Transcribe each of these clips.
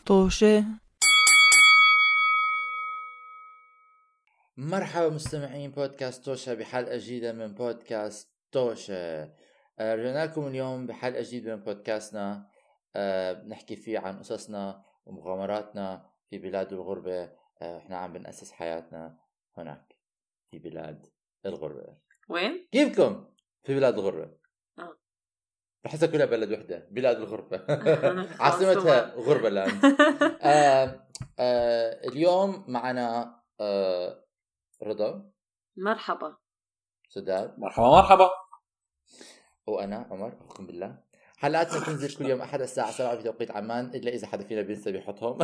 طوشة. مرحبا مستمعين بودكاست توشة بحلقة جديدة من بودكاست توشة. رجعنا لكم اليوم بحلقة جديدة من بودكاستنا، بنحكي فيه عن قصصنا ومغامراتنا في بلاد الغربة. احنا عم بنأسس حياتنا هناك في بلاد الغربة. وين؟ كيفكم في بلاد الغربة؟ بحسها كلها بلد وحدة، بلاد الغربة. عاصمتها غربة لاند. اليوم معنا رضا. مرحبا. سداد. مرحبا. وأنا عمر، أخوكم بالله. حلقاتنا تنزل كل يوم أحد الساعة 7 في توقيت عمان، إلا إذا حدا فينا بينسى بيحطهم.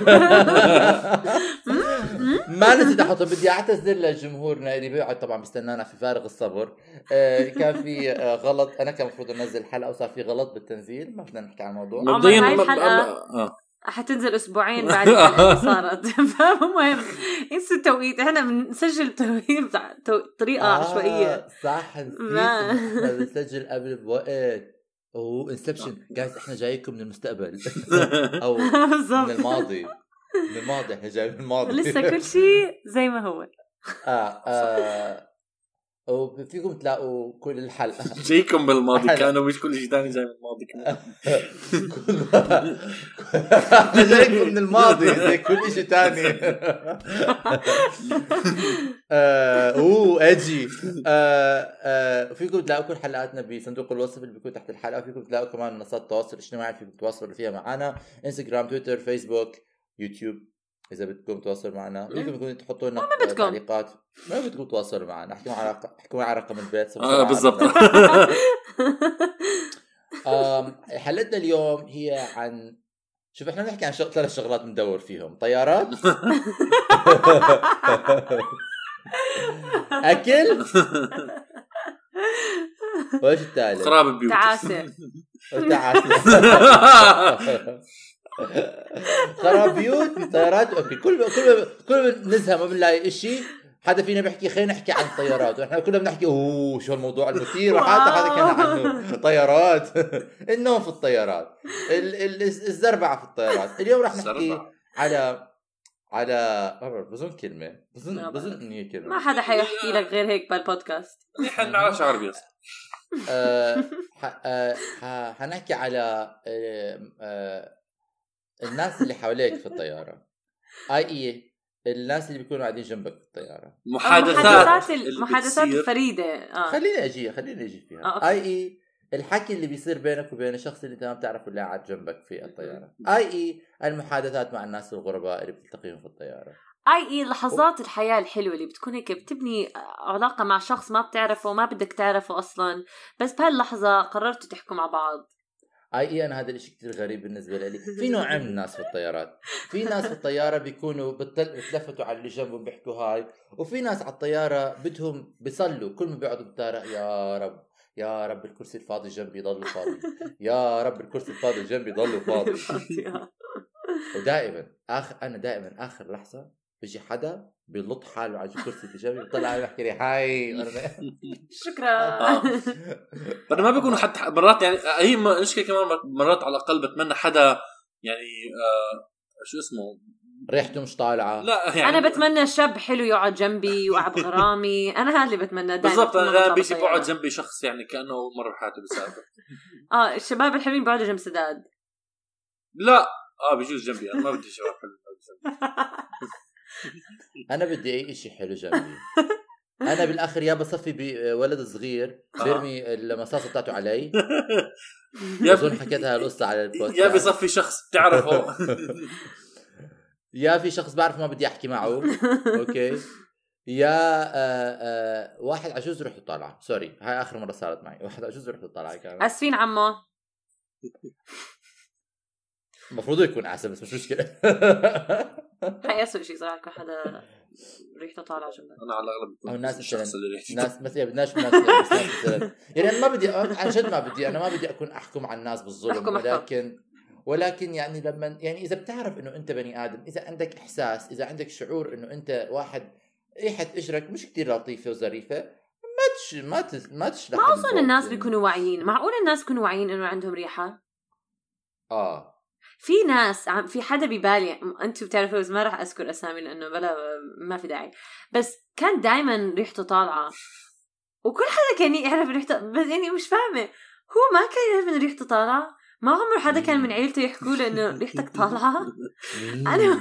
ما نسيت أحطهم، بدي أعتذر لجمهورنا اللي بيقعد طبعا بيستنانا في فارغ الصبر. كان في غلط، أنا كان المفروض أنزل حلقة وصار في غلط بالتنزيل، ما بدنا نحكي عن الموضوع. مبدئيا هاي الحلقة حتنزل أسبوعين بعد الحلقة اللي صارت. فمهم انسوا التوقيت، احنا بنسجل توقيت طريقة عشوائية. صح، نسيت بنسجل قبل بوقت. انسبشن جايز، احنا جايكم من المستقبل او من الماضي. احنا جاي من الماضي. لسه كل شيء زي ما هو. وفيكم تلاقوا كل الحلقة جايكم بالماضي كانوا مش كل شيء تاني جاي من الماضي كمان. جايكم من الماضي زي كل شيء تاني. اجي. فيكم تلاقوا كل حلقاتنا بصندوق الوصف اللي بيكون تحت الحلقة. فيكم تلاقوا كمان منصات التواصل الاجتماعي فيكم تتواصلوا فيها معنا: انستغرام، تويتر، فيسبوك، يوتيوب. إذا بدكم تواصلوا معنا بدكم تحطوا لنا تعليقات. ما بدكم تواصلوا معنا، احكوا على رقم البيت. بالضبط. حلقتنا اليوم هي عن، شوف احنا بنحكي عن 3 شغلات ندور فيهم: طيارات، اكل، وايش الثالث؟ خراب البيوت. تعاسة. خراب بيوت، طيارات واكل. كل نزهه ما بنلاقي اشي حدا فينا بيحكي خلينا نحكي عن الطيارات، واحنا كلنا بنحكي شو الموضوع المثير، وحتى كان عنه طيارات. النوم في الطيارات، الزربعه في الطيارات. اليوم رح نحكي على بظن كلمه، بظن ان هي كلمه ما حدا حيحكي لك غير هيك بالبودكاست. نحن نعرف عربي بس. حنحكي على الناس اللي حواليك في الطيارة، اي الناس اللي بيكونوا قاعدين جنبك في الطيارة. محادثات فريدة. خليني اجي فيها. اي الحكي اللي بيصير بينك وبين الشخص اللي انت ما بتعرفه اللي قاعد جنبك في الطيارة. اي المحادثات مع الناس الغرباء اللي بتلتقيهم في الطيارة. اي لحظات الحياة الحلوة اللي بتكون هيك بتبني علاقة مع شخص ما بتعرفه وما بدك تعرفه اصلا، بس بهاللحظة قررتوا تحكوا مع بعض. انا هذا الاشي كتير غريب بالنسبة لي. في نوعين من الناس في الطيارات. في ناس في الطيارة بيكونوا بتلفتوا على اللي جنبهم بيحكوا هاي، وفي ناس على الطيارة بدهم بيصلوا كل ما بيقعدوا بالطيارة: يا رب الكرسي الفاضي جنبي ضل فاضي، يا رب الكرسي الفاضي جنبي ضل فاضي. ودائما انا دائما اخر لحظة بيجي حدا بيلط حاله على الكرسي اللي جنبي، بيطلع بيحكي لي هاي. شكرا. انا ما بيكونوا حتى مرات، يعني هي مشكلة كمان مرات على الاقل بتمنى حدا يعني شو اسمه ريحته مش طالعه. لا يعني انا بتمنى شاب حلو يقعد جنبي وعب غرامي. انا هذا اللي بتمنى دائما. بالضبط. انا بيجي بقعد جنبي شخص يعني كانه اول مره بحياته بيسافر. الشباب الحلوين بيقعدوا جنب سداد. لا بيجوز جنبي. انا ما بدي شباب حلو جنبي. انا بدي اي شيء حلو جنبي. انا بالاخر يا بصفي بولد صغير بيرمي المصاصه بتاعته علي. اظن حكيتها القصه على البودكاست. يا بصفي شخص بتعرفه. يا في شخص بعرف ما بدي احكي معه. اوكي. يا واحد عجوز رحت طالعه. سوري، هاي اخر مره صارت معي. واحد عجوز رحت طالعه كان اسفين عمو. المفروض يكون احسن بس مش مشكله. هاي اسوء شيء صراحه كل حدا ريحته طالعه جنبك. انا على الاغلب او الناس مثلا بدناش يعني انا ما بدي عن جد انا ما بدي اكون احكم على الناس بالظلم، ولكن يعني لما يعني اذا بتعرف انه انت بني ادم، اذا عندك احساس، اذا عندك شعور انه انت واحد ريحه اجرك مش كتير لطيفه وظريفه، ما تشلح. ما اظن الناس بيكونوا واعيين. معقول الناس يكونوا واعيين انه عندهم ريحه؟ في ناس في حدا ببالي انتم بتعرفوا بس ما راح اذكر اسامي لانه بلا ما في داعي، بس كان دائما ريحته طالعه وكل حدا كان يعرف ريحته، بس يعني مش فاهمه هو ما كان يعرف انه ريحته طالعه. ما عمر حدا كان من عيلته يحكوا له انه ريحتك طالعه. انا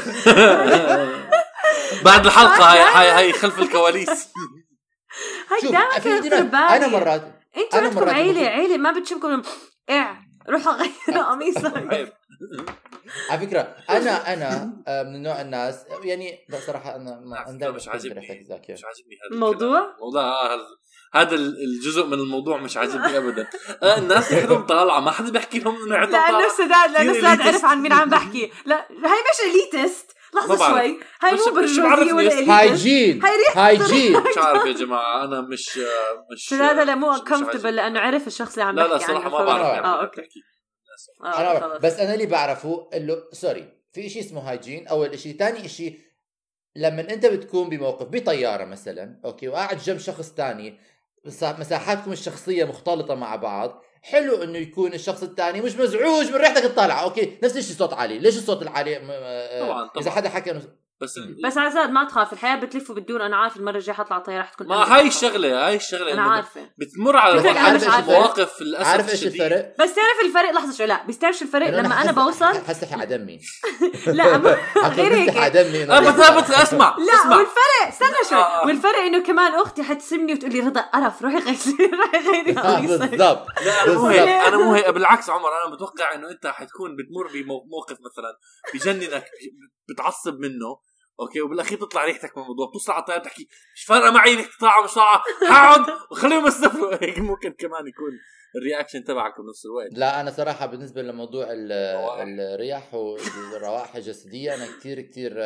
بعد الحلقه هاي خلف الكواليس. هاي دائما كانت تربالي. انا مرات انتوا عندكم عيله ما بتشمكم روحوا غيروا قميصك. على فكرة أنا من نوع الناس يعني صراحة أنا مش عاجبني هذا الموضوع. هذا الجزء من الموضوع مش عاجبني أبدا. الناس يحضرون طالعة ما حدا بيحكي لهم إنه يحضرون طالعة. لأنه سداد عرف عن مين عم بحكي. لا هاي مش إليتست. لحظة شوي هاي مو برجوزية ولا إليتست. هايجين مش عارف يا جماعة أنا مش سداد لا مو comfortable لأنه عرف الشخص اللي عم بحكي. لا صراحة ما بعرف. أوكي. أنا بس أنا اللي بعرفه إنه سوري في إشي اسمه هايجين أول إشي. تاني إشي لما أنت بتكون بموقف بطيارة مثلا أوكي وقاعد جنب شخص تاني مساحاتكم الشخصية مختلطة مع بعض، حلو إنه يكون الشخص التاني مش مزعوج من ريحتك الطالعة. أوكي نفس الشيء صوت عالي. ليش الصوت العالي؟ طبعاً. إذا حدا حكى بس عزاد ما تخاف الحياة بتلف وبتدور. أنا عارف المرة الجاية حطلع طيارة رح تكون ما هاي الشغلة أنا عارفة بتمر على المواقف للأسف عارف إيش الفرق؟ بس تعرف الفرق. لحظة شوي لا بس تعرف الفرق لما أنا بوصل حستحي على دمي. لا غير هيك بس أسمع لا والفرق استنى شوي والفرق إنه كمان أختي حتسمني وتقولي رضا قرف روحي غيري بالضبط. أنا مو هيك بالعكس عمر. أنا بتوقع إنه أنت حتكون بتمر بموقف مثلا بجننك بتعصب منه اوكي وبالاخير تطلع ريحتك من الموضوع. بتصل على الطياره بتحكي مش فارقه معي انك تطلع مش طالعه هقعد وخليهم يستفلوا. هيك ممكن كمان يكون الرياكشن تبعك بنفس الوقت. لا انا صراحه بالنسبه لموضوع الرياح والروائح الجسديه انا كتير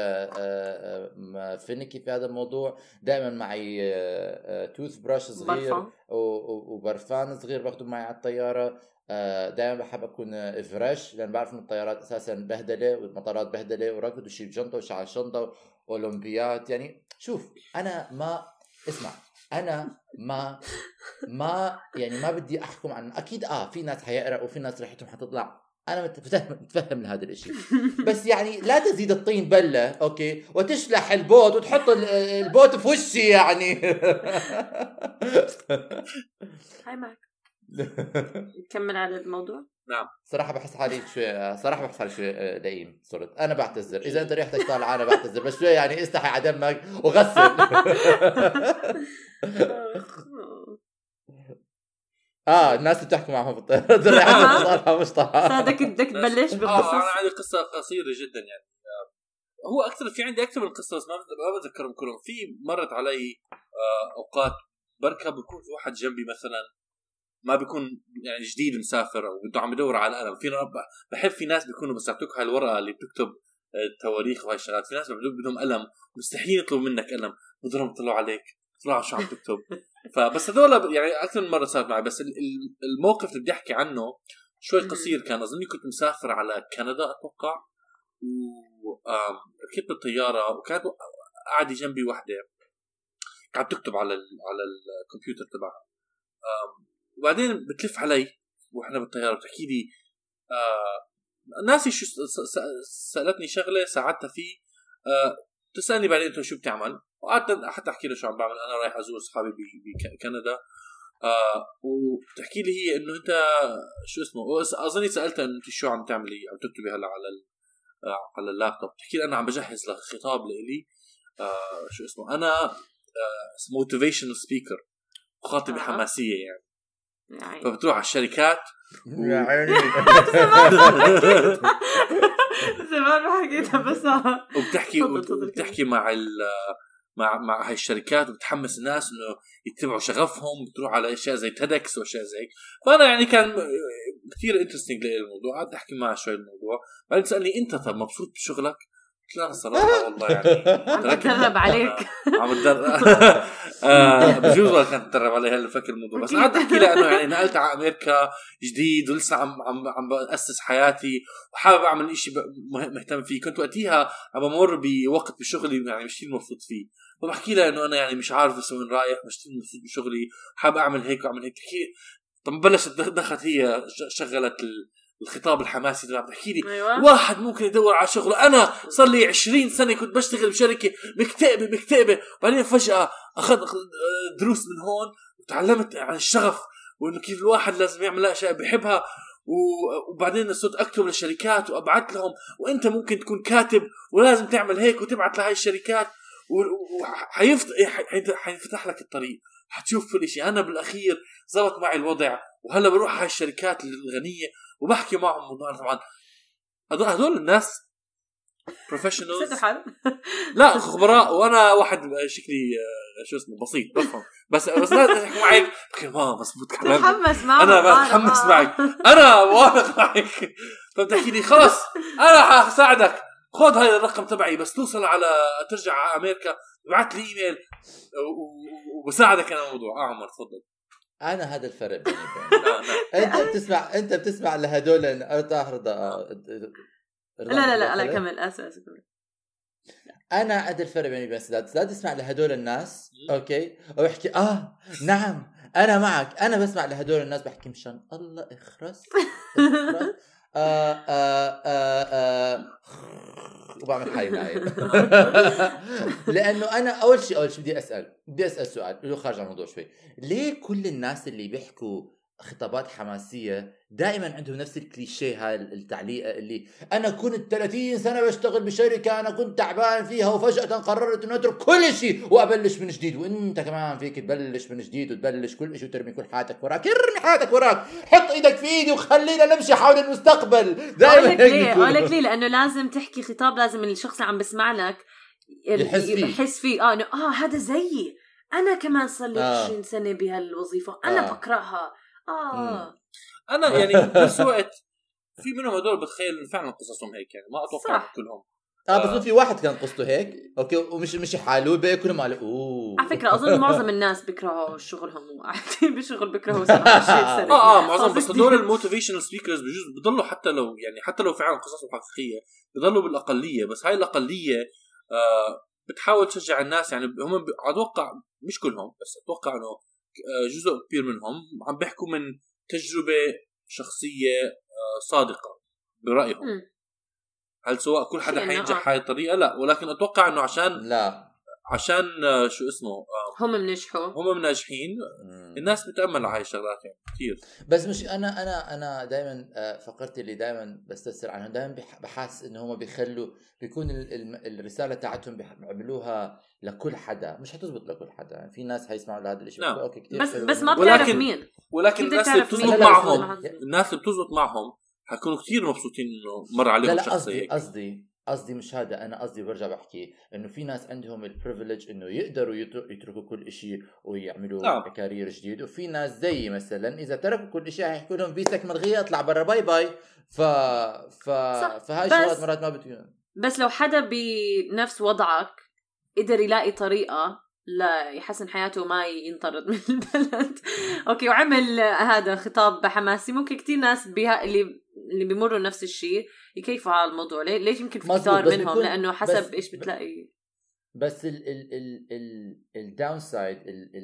فينيكي في هذا الموضوع. دائما معي توث براش صغير وبرفان صغير باخده معي على الطياره. دائما بحب اكون فريش لان بعرف ان الطيارات اساسا بهدله والمطارات بهدله وراكد وشيل جنطه وشعل شنطه اولمبيات. يعني شوف انا ما اسمع انا ما يعني ما بدي احكم عن اكيد في ناس حيقرأ وفي ناس ريحتهم حتطلع. انا متفهم لهذا الاشي بس يعني لا تزيد الطين بله اوكي وتشلح البوت وتحط البوت في وشي يعني. هاي معك نكمل على الموضوع. نعم صراحة بحس حالي شوي لئيم صرت. أنا بعتذر إذا أنت ريحتك طالعة أنا بعتذر بس شوي يعني استحي على دمك وغسل. الناس بتحكوا معهم في الطيارة ريحتك طالعة مش طالعة. بدك تبلش بالقصص. أنا عندي قصة قصيرة جدا يعني هو أكثر في عندي أكثر من قصة بس ما بتذكرهم كلهم. في مرت علي أوقات بركب بيكون في واحد جنبي مثلا ما بيكون يعني جديد مسافر او بده عم يدور على قلم. في بحب في ناس بيكونوا بس يعطوك هاي الورقه اللي بتكتب التواريخ وهاي الشغلات. في ناس بدهم قلم مستحيل يطلبوا منك قلم بدهم يطلعوا عليك طلعوا شو عم تكتب. فبس هذول يعني اكثر من مره صارت معي. بس الموقف اللي بدي احكي عنه شوي قصير كان. اظني كنت مسافر على كندا اتوقع وركبت الطياره وكانت قاعده جنبي وحده قاعد تكتب على الكمبيوتر تبعها. وبعدين بتلف علي واحنا بالطياره بتحكي لي ناسي شو سالتني شغله ساعدتها فيه. تسالني بعدين انت شو بتعمل وقعدت حتى احكي له شو عم بعمل. انا رايح ازور اصحابي بكندا وتحكي لي هي انه انت شو اسمه اظني سالتها انت شو عم تعملي عم تكتبي هلا على اللابتوب. تحكي لي انا عم بجهز لخطاب لإلي شو اسمه انا موتيفيشنال سبيكر خاطبه حماسيه يعني. فبتروح على الشركات يا عيني زمان ما حكيتها بس وبتحكي مع هاي الشركات وبتحمس الناس انه يتبعوا شغفهم. بتروح على اشياء زي تيدكس واشياء زي. فانا يعني كان كثير انترستينج لي الموضوع. قعدت احكي معه شوي الموضوع بعدين سالني انت طب مبسوط بشغلك؟ لا صراحة والله يعني عم تدرب عليك عم بجوز ولا كانت تدرب علي هلا فكر الموضوع. بس قعدت احكي له انه يعني نقلت على امريكا جديد ولسه عم باسس حياتي وحابب اعمل إشي مهتم فيه. كنت وقتها عم بمر بوقت بشغلي يعني مش كثير مبسوط فيه. فبحكي له انه انا يعني مش عارف بس وين رايح مش كثير مبسوط بشغلي حابب اعمل هيك واعمل هيك. طب بلشت دخلت هي شغلت الخطاب الحماسي اللي عم تحكي لي. أيوة. واحد ممكن يدور على شغله. انا صار لي 20 سنه كنت بشتغل بشركه مكتئبه بعدين فجاه اخذ دروس من هون وتعلمت عن الشغف وانه كيف الواحد لازم يعمل اشياء بيحبها وبعدين صرت اكتب للشركات وابعث لهم. وانت ممكن تكون كاتب ولازم تعمل هيك وتبعث لهاي الشركات حينفتح لك الطريق. حتشوف كل شيء. انا بالاخير زبط معي الوضع وهلا بروح هاي الشركات الغنيه وبحكي معهم. طبعا هذول الناس بروفيشنالز لا خبراء وانا واحد شكلي شو اسمه بسيط بفهم بس لا تحكي معي ما مزبوط كلامك. انا متحمس معك انا واثق معك فبتحكي لي خلص انا حساعدك خذ هاي الرقم تبعي بس توصل على ترجع على امريكا ابعث لي ايميل وبساعدك انا الموضوع. عمر تفضل. انا هذا الفرق بيني وبينك. انت بتسمع لهدول لا كمل اساس. انا هذا الفرق بيني وبين سداد اسمع لهدول الناس اوكي وبحكي نعم انا معك. انا بسمع لهدول الناس بحكي مشان الله اخرس وبعمل حالي معي لانه انا اول شيء بدي اسال سؤال له خارج عن الموضوع شوي. ليه كل الناس اللي بيحكوا خطابات حماسيه دائما عندهم نفس الكليشيه هاي التعليقه اللي انا كنت 30 سنه بشتغل بشركه انا كنت تعبان فيها وفجاه قررت انه اترك كل شيء وابلش من جديد. وانت كمان فيك تبلش من جديد وتبلش كل شيء وترمي كل حياتك وراك. ارمي حياتك وراك حط ايدك في ايدي وخلينا نمشي حول المستقبل. دائما اقول لك ليه لانه لازم تحكي خطاب لازم الشخص اللي عم بسمع لك يحس فيه هذا زيي انا كمان صار لي 20 سنه بهالوظيفه انا بكرهها. انا يعني بنفس الوقت في منهم هدول بتخيل فعلا قصصهم هيك يعني ما اتوقع كلهم بس في واحد كان قصته هيك اوكي ومش حاله بيكون ماله على فكره اظن معظم الناس بيكرهوا شغلهم وقاعدين بشغل بيكرهوا معظم بس هدول الموتيفيشنال سبيكرز بجوز بضلوا حتى لو فعلا قصصهم حقيقيه بضلوا بالاقليه. بس هاي الاقليه بتحاول تشجع الناس يعني هم اتوقع مش كلهم بس اتوقع انه جزء كبير منهم عم بيحكوا من تجربة شخصية صادقة برأيهم. هل سواء كل حدا حينجح هاي الطريقة لا ولكن أتوقع أنه عشان شو اسمه هم مناجحين الناس بتأمل على هاي الشغلات يعني كتير. بس مش أنا دائما فقرت اللي دائما بستفسر عنهم دائما بحاس إنه هم بيكون الرسالة تاعتهم بيعملوها لكل حدا مش هتزبط لكل حدا يعني في ناس هيسمعوا لهذا الشيء أوكي كتير بس ما بتعرف مين. ولكن الناس اللي بتزبط معهم الناس اللي بتزبط معهم حيكونوا كتير مبسوطين إنه مر عليهم شخص هيك. قصدي مش هذا. أنا قصدي برجع بحكي إنه في ناس عندهم البريفيليج إنه يقدروا يتركوا كل إشي ويعملوا كارير جديد وفي ناس زي مثلا إذا تركوا كل إشي هيحكوا لهم فيسك ملغية اطلع برا باي باي. فهاي شغلات مرات ما بتكون. بس لو حدا بنفس وضعك قدر يلاقي طريقة لا يحسن حياته وما ينطرد من البلد اوكي وعمل هذا خطاب حماسي ممكن كتير ناس اللي بيمروا نفس الشيء يكيفوا على الموضوع. ليش يمكن في كتار منهم لانه حسب ايش بتلاقي. بس الداون سايد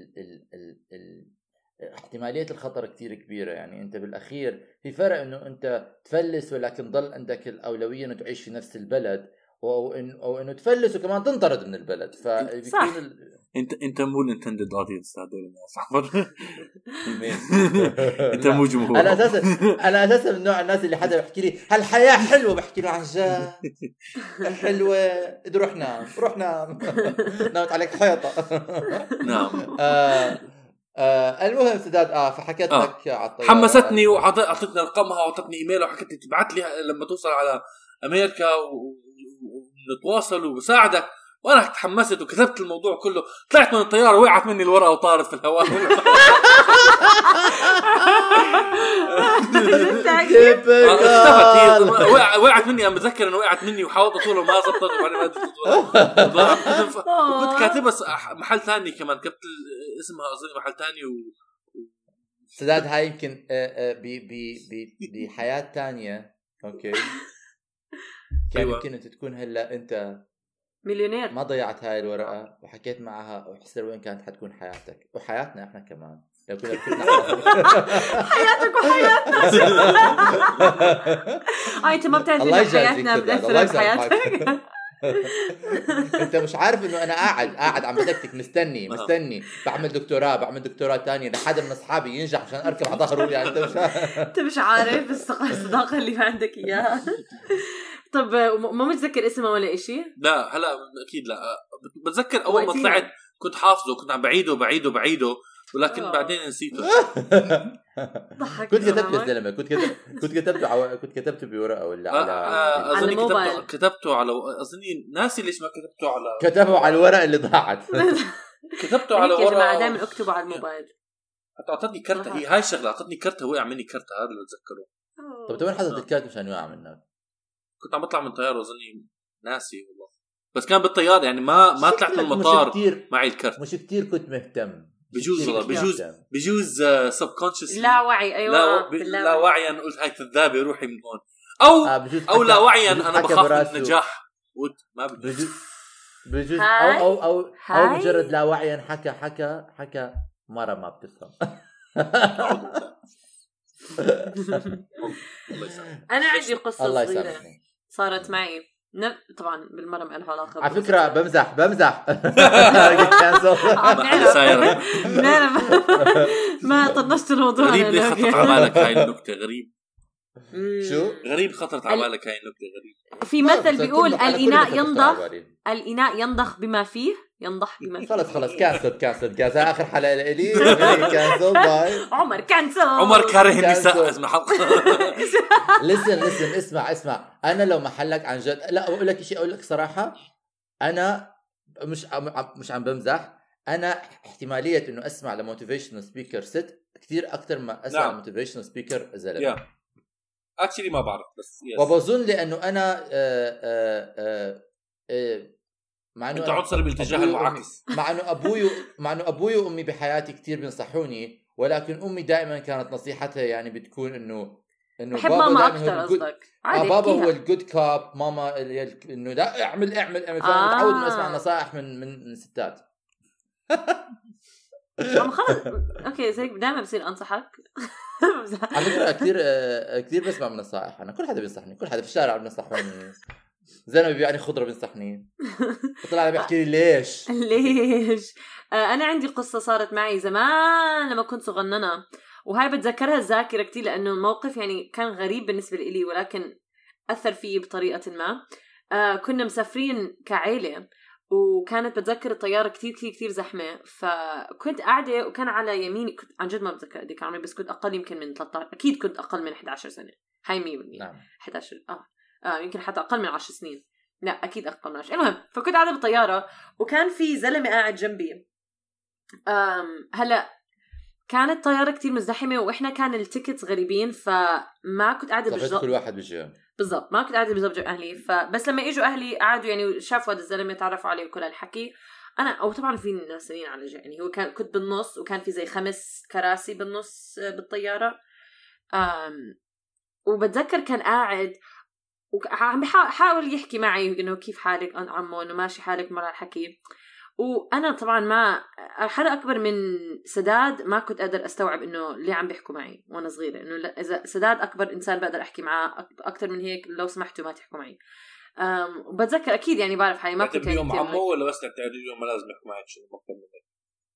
احتمالية الخطر كتير كبيرة يعني انت بالاخير في فرق انه انت تفلس ولكن ضل عندك الاولوية انه تعيش في نفس البلد او انه تفلس وكمان تنطرد من البلد. فبيكون انت مو الانتندد اودينس هذول الناس انت مو جمهور. انا اساسا من نوع الناس اللي حدا بحكي لي هالحياه حلوه بحكي له عن جد حلوه روح نام نامت عليك حيطه. نعم. المهم سداد فحكيت لك على الطياره حمستني وعطتني رقمها وعطتني ايميل وحكيت لي تبعت لي لما توصل على امريكا ونتواصل وبساعدك. وانا تحمست وكتبت الموضوع كله. طلعت من الطياره وقعت مني الورقه وطارت في الهواء. وقعت مني. انا بتذكر انه وقعت مني وحاولت اطول وما زبطت وبعدين ما كنت كاتبها محل ثاني كمان كتبت اسمها اظن محل ثاني سداد هاي يمكن بحياه ثانيه اوكي كان يمكن انت تكون هلا انت مليونير ما ضيعت هاي الورقة وحكيت معها وحسر وين كانت حتكون حياتك وحياتنا احنا كمان. لو كنا حياتك وحياتنا. انت ما بتعرف ان حياتنا بتاثر بحياتك. انت مش عارف انه انا قاعد عم بدكتك مستني بعمل دكتوراه تانية لحد من اصحابي ينجح عشان اركب على ظهره. يعني انت مش عارف الصداقه اللي عندك اياها. طب ما متذكر اسمه ولا إشي؟ لا هلا اكيد لا. بتذكر اول ما طلعت كنت حافظه، كنت عم بعيده ولكن بعدين نسيته. كنت كتبت يا زلمه، كنت كتبته بورقه ولا على اظني كتبته على اظني ناسي ليش ما كتبته على كتبه على الورق اللي ضاعت. كتبته على ورقه. دائما اكتبه على الموبايل. اعطتني كرتة، هي هاي الشغله اعطتني كرتة، وقع مني كرتة، هذا اللي بتذكره. طب وين حطيت الكارت مشان يوقع منك؟ كنت عم بطلع من طياره واظني ناسي والله، بس كان بالطياره يعني ما طلعت من المطار معي الكرت. مش كتير كنت مهتم. بجوز سبكونشس لا وعي. ايوه لا وعيا قلت هاي كذابه روحي من هون، او لا وعيا انا بخاف من النجاح ما بجوز او مجرد لا وعيا حكى مره ما بتفهم. انا عندي قصه صغيره صارت معي طبعا بالمره ما لها علاقه. على فكره بمزح. ما طنشت الموضوع. غريب خطرت على بالك هاي النكته. غريب شو غريب خطرت على بالك هاي النكته. غريب. في مثل بيقول الإناء ينضخ بما فيه ينضح بما فيه. خلص كانسل جازا آخر حلقة لإلي. كانسل باي عمر كاره النساء. لسن اسمع أنا لو محلك عن جد، لا أقول لك شيء، أقول لك صراحة أنا مش عم بمزح. أنا احتمالية إنه أسمع لموتيفيشنال سبيكر ست كتير أكتر ما أسمع لموتيفيشنال سبيكر زلمة. اكشلي ما بعرف بس وبظن لانه انا مع انه انت عنصري بالاتجاه المعاكس. مع انه ابوي وامي بحياتي كتير بينصحوني، ولكن امي دائما كانت نصيحتها يعني بتكون انه بحب ماما اكثر. قصدك بابا هو الجود كاب، ماما انه لا اعمل فانا متعود انه اسمع نصائح من ستات. خلص اوكي زيك دائما بصير انصحك. على فكرة كثير بسمع من النصائح. أنا كل حدا بينصحني، كل حدا في الشارع بينصحني. زلمة بيبيعني خضرة بينصحني، بطلع لي بيحكي لي ليش. أنا عندي قصة صارت معي زمان لما كنت صغننة، وهاي بتذكرها الذاكرة كتير لأنه الموقف يعني كان غريب بالنسبة لي ولكن أثر فيه بطريقة ما. كنا مسافرين كعائلة وكانت بتذكر الطيارة كتير زحمة، فكنت قاعدة وكان على يميني، كنت عن جد ما بتذكر قد كان عمري، بس كنت أقل يمكن من 13، أكيد كنت أقل من 11 سنة. هاي 100%. نعم. 11 يمكن حتى أقل من 10 سنين. لا أكيد أقل من 10. المهم فكنت قاعدة بالطيارة وكان في زلمة قاعد جنبي. هلا كانت طيارة كتير مزدحمة وإحنا كان التيكتس غريبين، فما كنت قاعدة بالضبط. كل واحد بجي بالضبط، ما كنت قاعدة بالضبط جنب أهلي. فبس لما إجوا أهلي قعدوا يعني شافوا هذا الزلمة تعرفوا عليه وكل الحكي. أنا أو طبعا في ناسين على جنب، يعني هو كنت بالنص وكان في زي 5 كراسي بالنص بالطيارة. وبتذكر كان قاعد وعم بيحاول يحكي معي إنه كيف حالك عمو، إنه ماشي حالك مرة الحكي. وأنا طبعا ما حدا أكبر من سداد ما كنت أقدر أستوعب إنه ليه عم بيحكوا معي وأنا صغيرة، إنه إذا سداد أكبر إنسان بقدر أحكي معه أكتر من هيك لو سمحتوا ما تحكوا معي. وبتذكر أكيد يعني بعرف حالي ما كنت اليوم عمو ولا بس تعتبر اليوم ما لازم يحكوا معك شيء أكتر من هيك.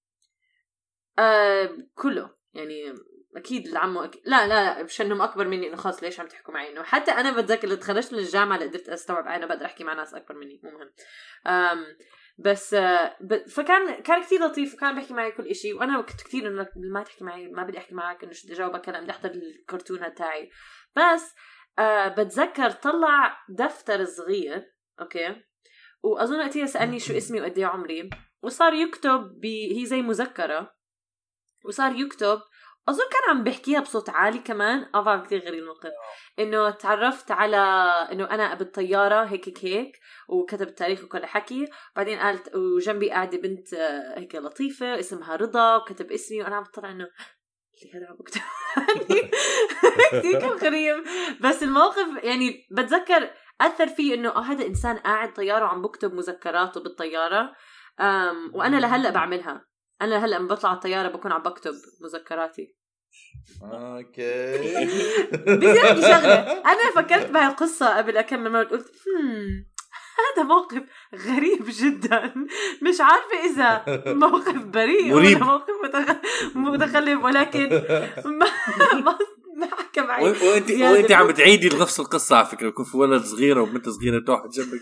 كله يعني أكيد العمو لا بشأنهم أكبر مني إنه خلاص ليش عم تحكوا معي. إنه حتى أنا بتذكر اللي تخرجت من الجامعة اللي قدرت أستوعب أنا بقدر أحكي مع ناس أكبر مني مو مهم. بس فكان كثير لطيف وكان بيحكي معي كل إشي، وأنا كنت كثير إنه ما تحكي معي ما بدي أحكي معك إنه شو بدي أجاوبك كلام بدي أحضر الكرتون تاعي. بس بتذكر طلع دفتر صغير أوكي، وأظن وقتها سألني شو اسمي وقد إيه عمري، وصار يكتب هي زي مذكرة، وصار يكتب أظن كان عم بحكيها بصوت عالي كمان. كثير غريب الموقف إنه تعرفت على إنه أنا بالطيارة هيك وكتب التاريخ وكل حكي. بعدين قالت وجنبي قاعدة بنت هيك لطيفة اسمها رضا وكتب اسمي، وأنا عم بطلع إنه هذا عم بكتب. كثير كان غريب، بس الموقف يعني بتذكر أثر فيه إنه هذا إنسان قاعد طيارة وعم بكتب مذكراته بالطيارة. وأنا لهلأ بعملها انا هلا بطلع على الطياره بكون عم بكتب مذكراتي. اوكي. بصير عندي شغله، انا فكرت بهاي القصه قبل اكمل مرة، قلت هذا موقف غريب جدا، مش عارفه اذا موقف بريء ولا موقف متخلف، ولكن ما حكى معي. وانت عم تعيدي نفس القصه على فكره، يكون في ولد صغيره وبنت صغيره تقعد جنبك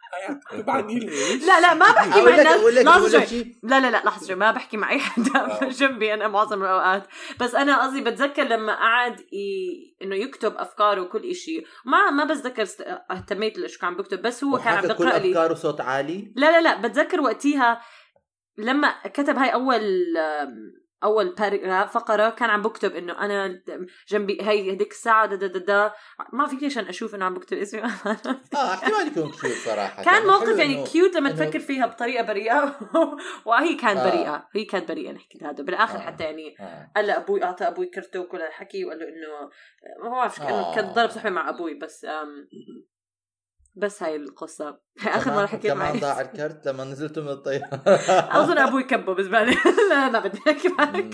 لا ما بحكي مع الناس. لا لحظه، ما بحكي مع اي حدا جنبي انا معظم الاوقات، بس انا قصدي بتذكر لما قعد انه يكتب افكاره وكل إشي، ما بتذكر اهتميت ليش كان بكتب، بس هو كان عم بيقرا لي افكاره صوت عالي. لا بتذكر وقتها لما كتب هاي اول فقره كان عم بكتب انه انا جنبي هي هديك الساعه دا ما في ليش انا اشوف انه عم بكتب اسمي. احتمال يكون كيوت صراحه، كان موقف يعني كيوت لما تفكر فيها بطريقه بريئه. وهي كانت بريئه نحكي هذا بالاخر. حتى يعني قال ابوي، اعطى ابوي كرته وكل الحكي، وقال له انه ما بعرف انه كان ضرب صحبه مع ابوي، بس هاي القصة. اخر مرة حكيت معي كمان ضاع الكرت لما نزلتوا من الطيارة. اظن ابوي كبه بزبالة. لا بدي احكي معك.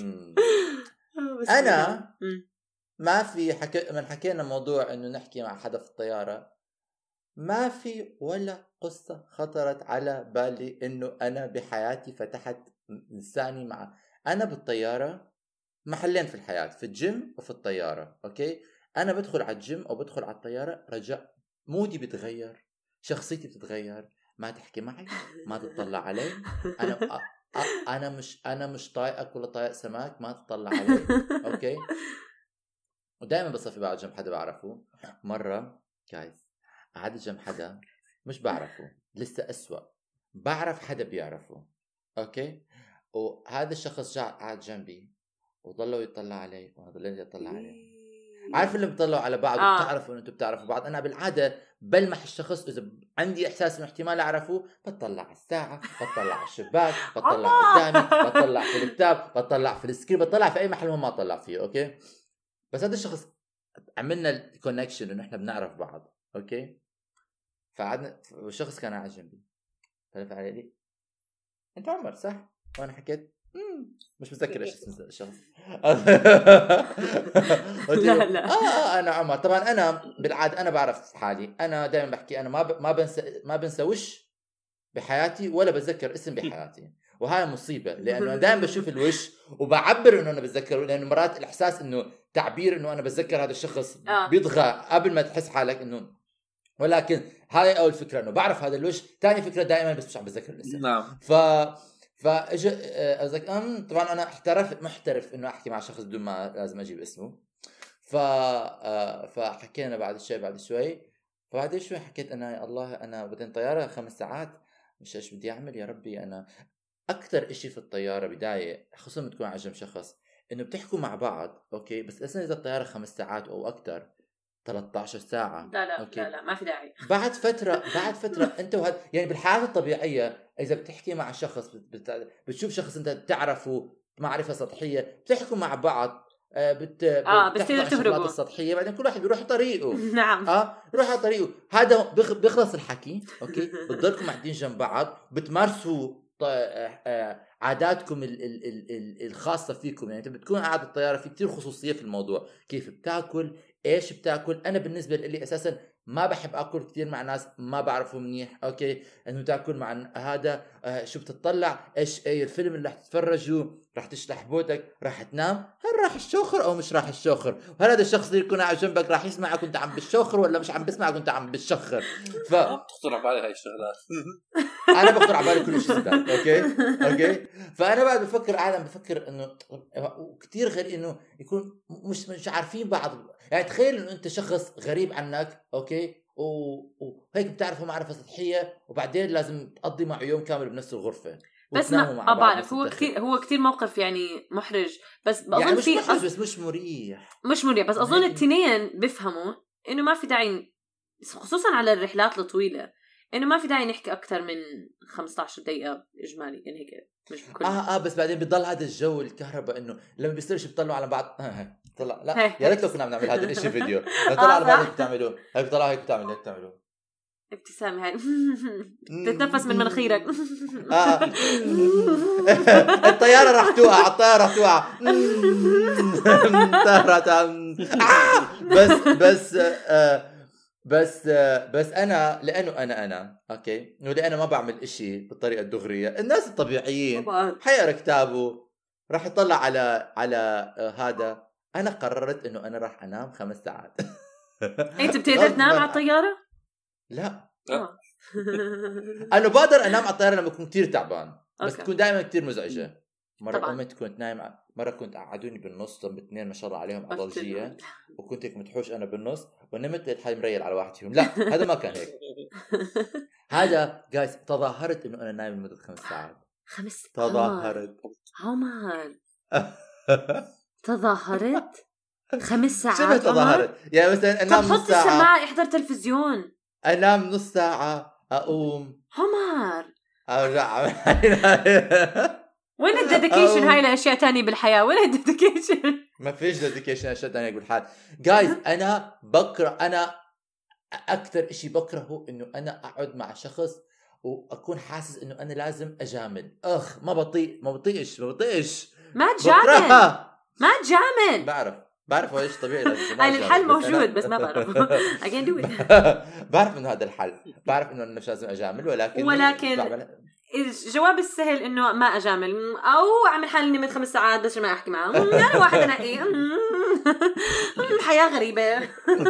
انا ما في من حكينا موضوع انه نحكي مع حدا في الطيارة، ما في ولا قصة خطرت على بالي انه انا بحياتي فتحت لساني مع انا بالطيارة. محلين في الحياة، في الجيم وفي الطيارة. اوكي، انا بدخل على الجيم او بدخل على الطيارة رجاء مودي بتغير، شخصيتي بتتغير، ما تحكي معي، ما تطلع علي. انا مش طايقك ولا طايق سماك، ما تطلع علي. اوكي. ودائما بصفي بقعد جنب حدا بعرفه. مره جايز قعدت جنب حدا مش بعرفه، لسه أسوأ، بعرف حدا بيعرفه. اوكي، وهذا الشخص جاء قعد جنبي وضلوا يطلع علي وانا ضليت اطلع عليه. عارف اللي بيطلعوا على بعض وبتعرفوا انه انتم بتعرفوا بعض. انا بالعاده بلمح الشخص اذا عندي احساس انه احتمال اعرفه، بطلع على الساعه، بطلع على الشباك، بطلع قدامي، بطلع في الكتاب، بطلع في السكرين، بطلع في اي محل ما اطلع فيه. اوكي، بس هذا الشخص عملنا الكونكشن انه احنا بنعرف بعض. اوكي، فقعدنا والشخص كان قاعد جنبي، فلف علي لي انت عمر صح؟ وانا حكيت مش متذكر ايش اسم الشخص. لا انا عمر. طبعا انا بالعاده انا بعرف حالي، انا دائما بحكي انا ما بنسى وش بحياتي ولا بتذكر اسم بحياتي، وهاي مصيبه لانه دائما بشوف الوش وبعبر انه انا بتذكره، لانه مرات الاحساس انه تعبير انه انا بتذكر هذا الشخص بيطغى قبل ما تحس حالك انه. ولكن هاي اول فكره انه بعرف هذا الوش، ثاني فكره دائما بس مش عم بتذكر الاسم. نعم. فاجى قصدك طبعا انا محترف انه احكي مع شخص بدون ما لازم اجيب اسمه. فحكينا بعد شوي فبعد شوي حكيت انا الله انا بدين طياره 5 ساعات، مش ايش بدي اعمل يا ربي. انا اكثر اشي في الطياره بدايه خصوصا بتكون على جنب شخص انه بتحكوا مع بعض. اوكي، بس اذا الطياره 5 ساعات او اكثر 13 ساعة لا ما في داعي. بعد فترة انت يعني بالحياة الطبيعية اذا بتحكي مع شخص بتشوف شخص انت بتعرفه معرفة سطحية، بتحكوا مع بعض بتصير تهربوا السطحية، بعدين كل واحد بيروح طريقه. نعم. بيروح على طريقه، هذا بيخلص الحكي. اوكي، بتضلكم قاعدين جنب بعض، بتمارسوا عاداتكم الخاصة فيكم. يعني انت بتكون قاعد بالطيارة، في كتير خصوصية في الموضوع، كيف بتاكل، ايش بتاكل. انا بالنسبة لي اساسا ما بحب اكل كتير مع ناس ما بعرفه منيح. اوكي، انه تاكل مع هذا شو بتطلع، ايش اي الفيلم اللي رح تتفرجوا، رح تشلح بوتك، رح تنام، هل راح الشوخر او مش راح الشوخر، وهل هذا الشخص اللي يكون قاعد جنبك راح يسمعك وانت عم بالشوخر ولا مش عم بسمعك وانت عم بالشخر. بتخطر على بالي هاي الشغلات. انا بخطر على بالي كل شيء زبال. اوكي فانا بعد بفكر انه كتير غير انه يكون مش عارفين بعض. يعني تخيل انه انت شخص غريب عنك، اوكي، وهيك بتعرفه معرفة سطحية، وبعدين لازم تقضي معه يوم كامل بنفس الغرفة بس ما بعرف. هو كتير موقف يعني محرج، بس بظن يعني مش محرج بس مش مريح. بس اظن الاثنين بيفهموا انه ما في داعي، خصوصا على الرحلات الطويلة، انه ما في داعي نحكي اكثر من 15 دقيقة اجمالي. يعني هيك مش بكل بس بعدين بيضل هذا الجو الكهرباء انه لما بيصيرش بيطلعوا على بعض. طلع لا يا ريت لو كنا عم نعمل هذا الشيء فيديو، طلع على بعض هيك بتعملوه، هيك طلعوا هيك بتعملوا ابتسامة هاي تتنفس من مناخيرك. الطيارة راح توقع بس انا لانه انا اوكي، ولانه ما بعمل اشي بالطريقة الدغرية. الناس الطبيعيين حيقرا كتابه، راح يطلع على هذا. انا قررت انه انا راح انام 5 ساعات. انت بتقدر تنام على الطيارة؟ لا انا بقدر انام على الطياره لما اكون كتير تعبان، بس تكون دائما كتير مزعجه. مره امي كنت نايم، مره كنت قعدوني بالنص باثنين ما شاء الله عليهم عضلجيه، وكنت هيك متحوش انا بالنص ونمت لقيت حالي مريل على واحد فيهم. لا هذا ما كان هيك. هذا جايز تظاهرت انه انا نايم لمده 5 ساعات. 5 تظاهرت عمر تظاهرت 5 ساعات. شبه تظاهرت يعني مثلا انام نص ساعه، السماعه احضر تلفزيون، انام نص ساعه، اقوم عمر ارجع. وين الديديكيشن هاي لاشياء تانية بالحياه؟ وين الديديكيشن؟ ما فيش ديديكيشن اشياء تانية بالحياه جايز. انا بكره، انا اكثر اشي بكرهه انه انا اقعد مع شخص واكون حاسس انه انا لازم اجامل. ما بطيقش ما تجامل. بعرف ايش طبيعي. هاي الحل موجود بس ما بعرف. I can't do it. بعرف انه هذا الحل، بعرف انه انا مش لازم اجامل، ولكن الجواب السهل انه ما اجامل او اعمل حالي نمت 5 ساعات بس ما احكي معه. انا واحد انقي. الحياه غريبه.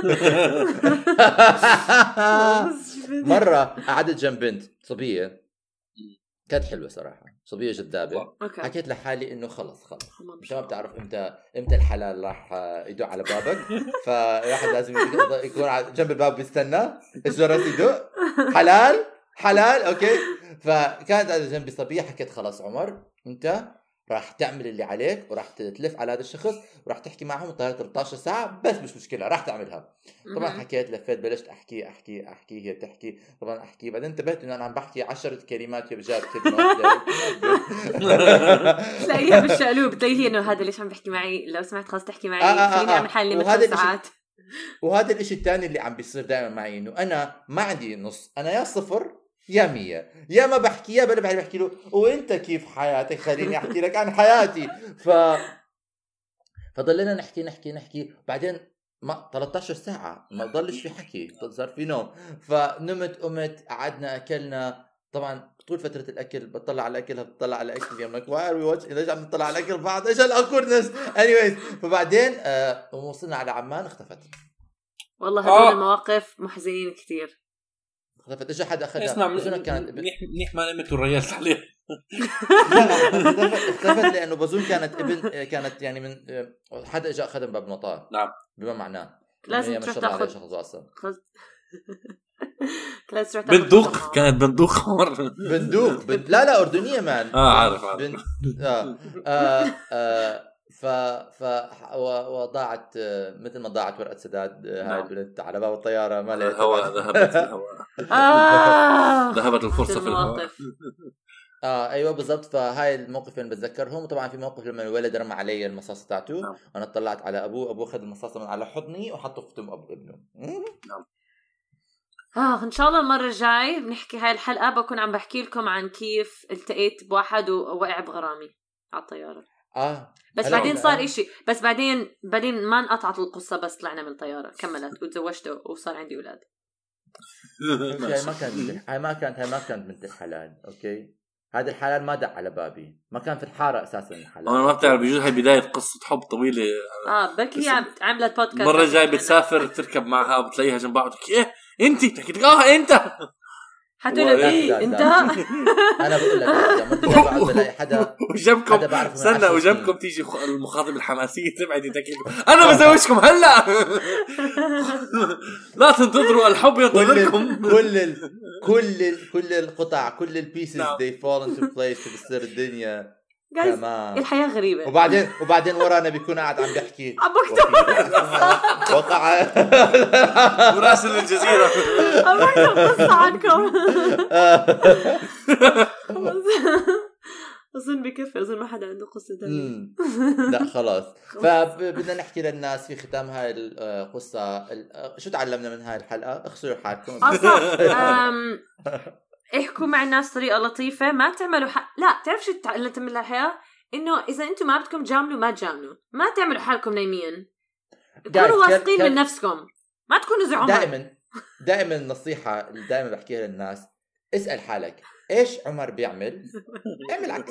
مره قعدت جنب بنت صبيه كانت حلوه صراحه، صبيه جذابه. حكيت لحالي انه خلص مش ما بتعرف امتى الحلال راح يدق على بابك، فواحد لازم يكون جنب الباب بيستنى الجرس يدق. حلال اوكي. فكانت على جنبي صبيه، حكيت خلاص عمر انت راح تعمل اللي عليك وراح تلف على هذا الشخص وراح تحكي معهم طيب 13 ساعه بس مش مشكله راح تعملها. طبعا حكيت لفيت بلشت احكي هي بتحكي، طبعا احكي بعدين انتبهت انه انا عم بحكي 10 كلمات بجاب كلمه تلاقيها بالشقلوب، تلاقيه انه هذا ليش عم بحكي معي، لو سمعت خلاص تحكي معي خليني اعمل حالي نمت 5 ساعات. وهذا الاشي الثاني اللي عم بيصير دائما معي انه انا ما عندي نص، انا يا 0 يا 100، يا ما بحكي يا بحكي له وانت كيف حياتك خليني احكي لك عن حياتي. فضلنا نحكي بعدين ما 13 ساعة ما ضلش في حكي، صار في نوم. فنمت قمت قعدنا اكلنا. طبعا طول فترة الاكل بطلع على الاكل بطلع على الاكل يوم لك واي واتش اذا عم نطلع على الاكل بعض ايش الاكورنس. anyways فبعدين وصلنا على عمان اختفت. والله هذول المواقف محزنين كثير. اختفت اجى حد اخذها. اسمع كانت منيح ما نمت وريالت عليه. اختفت لانه بظن كانت يعني من حدا اجى اخذها من باب المطار. نعم بما معناه لازم تروح تاخذ شخص اصلا بندوق. كانت بندوق مرة. بندوق لا أردنية مان. عارف وضاعت مثل ما ضاعت ورقة سداد هاي البنت على باب الطيارة ما لقيتها. الهواء ذهبت في الهواء. ذهبت الفرصة في الهواء. ايوه بالضبط. فهاي الموقف اللي بتذكرهم. وطبعا في موقف لما الولد رمى علي المصاصة تاعته. انا طلعت على ابوه اخذ المصاصة من على حضني وحطه في تم ابنه. ان شاء الله المره الجاي بنحكي هاي الحلقه بكون عم بحكي لكم عن كيف التقيت بواحد ووقع بغرامي على الطياره. بس بعدين صار إشي، بس بعدين ما انقطعت القصه، بس طلعنا من الطياره كملت وتزوجته وصار عندي اولاد. هاي ما كانت بنت الحلال. اوكي هذا الحلال ما دق على بابي، ما كان في الحارة اساسا الحلال. انا ما بتعرف بجوز هاي بدايه قصه حب طويله. بركي هي عملت بودكاست. مره جاي بتسافر تركب معها وبتلاقيها جنب بعض ايه انت تحكي لك انت حتقول لي انت. انا بقول لك بلاقي حدا وجنبكم استنى وجنبكم تيجي المخاطب الحماسيه تبعدي تحكي انا بزوجكم هلا. لا تنتظروا الحب ينتظركم. كل القطع كل البيسز they fall into place بتصير الدنيا تمام. الحياة غريبة. وبعدين ورانا بيكون قاعد عم بيحكي عم بكتب وقع مراسل الجزيرة عم بكتب قصة عنكم. أظن بكفي، أظن ما حدا عنده قصة تانية. لا خلاص. فبدنا نحكي للناس في ختام هاي القصة شو تعلمنا من هاي الحلقة؟ اخسروا حالكم. احكوا مع الناس طريقة لطيفة، ما تعملوا لا تعرف شو تعلمت من الحياة؟ إنه إذا أنتم ما بدكم تجاملوا ما تجاملوا، ما تعملوا حالكم نايمين، كونوا واثقين من نفسكم، ما تكونوا زي عمر. دائما النصيحة اللي دائما بحكيها للناس، اسأل حالك إيش عمر بيعمل، اعمل عكس.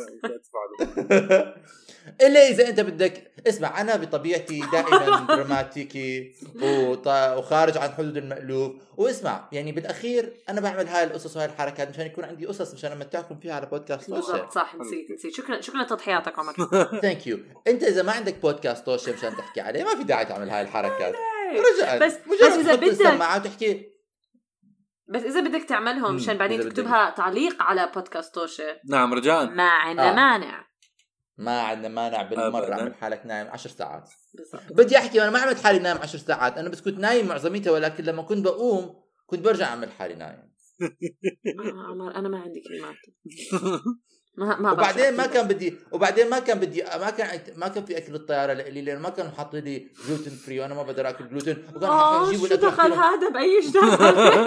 إلا إذا أنت بدك اسمع. أنا بطبيعتي دائما دراماتيكي وخارج عن حدود المألوف، واسمع يعني بالأخير أنا بعمل هاي القصص وهاي الحركات مشان يكون عندي قصص مشان أمتعكم فيها على بودكاست توشة. صح، نسيت. شكرا لتضحياتك عمر. ثانك يو. أنت إذا ما عندك بودكاست توشة مشان تحكي عليه ما في داعي تعمل هاي الحركات. رجعا بس إذا بدك السماعة وتحكي، بس إذا بدك تعملهم مشان بعدين تكتبها تعليق على بودكاست توشة. نعم رجاء، ما عندنا مانع. ما عندنا مانع بالمرة. اعمل حالك نايم 10 ساعات. بدي أحكي أنا ما عملت حالي نايم 10 ساعات، أنا بس كنت نايم معظميتها، ولكن لما كنت بقوم كنت برجع أعمل حالي نايم. عمر أنا ما عندي كلمات. وبعدين ما كان في أكل الطيارة لإلي، لأنه ما كانوا حاطين لي جلوتين فري وأنا ما بقدر أكل جلوتين، وكانوا يجيبوا شو دخل هذا بأي جدار؟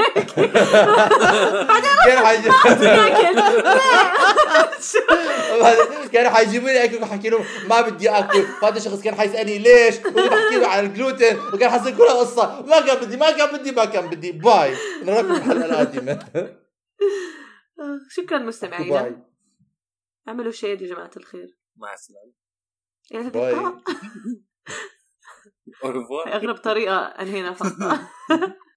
كانوا حيجيبوا لي أكل وحكي لهم ما بدي أكل. هذا الشخص كان حيسألني ليش، وكنت أحكي له على الجلوتين، وكان حصل كلها قصة. ما كان بدي. باي، نراكم الحلقة القادمة. شكرا مستمعينا، اعملوا شير يا جماعة الخير. مع السلامة. باي. أغرب طريقة أنهينا فقط.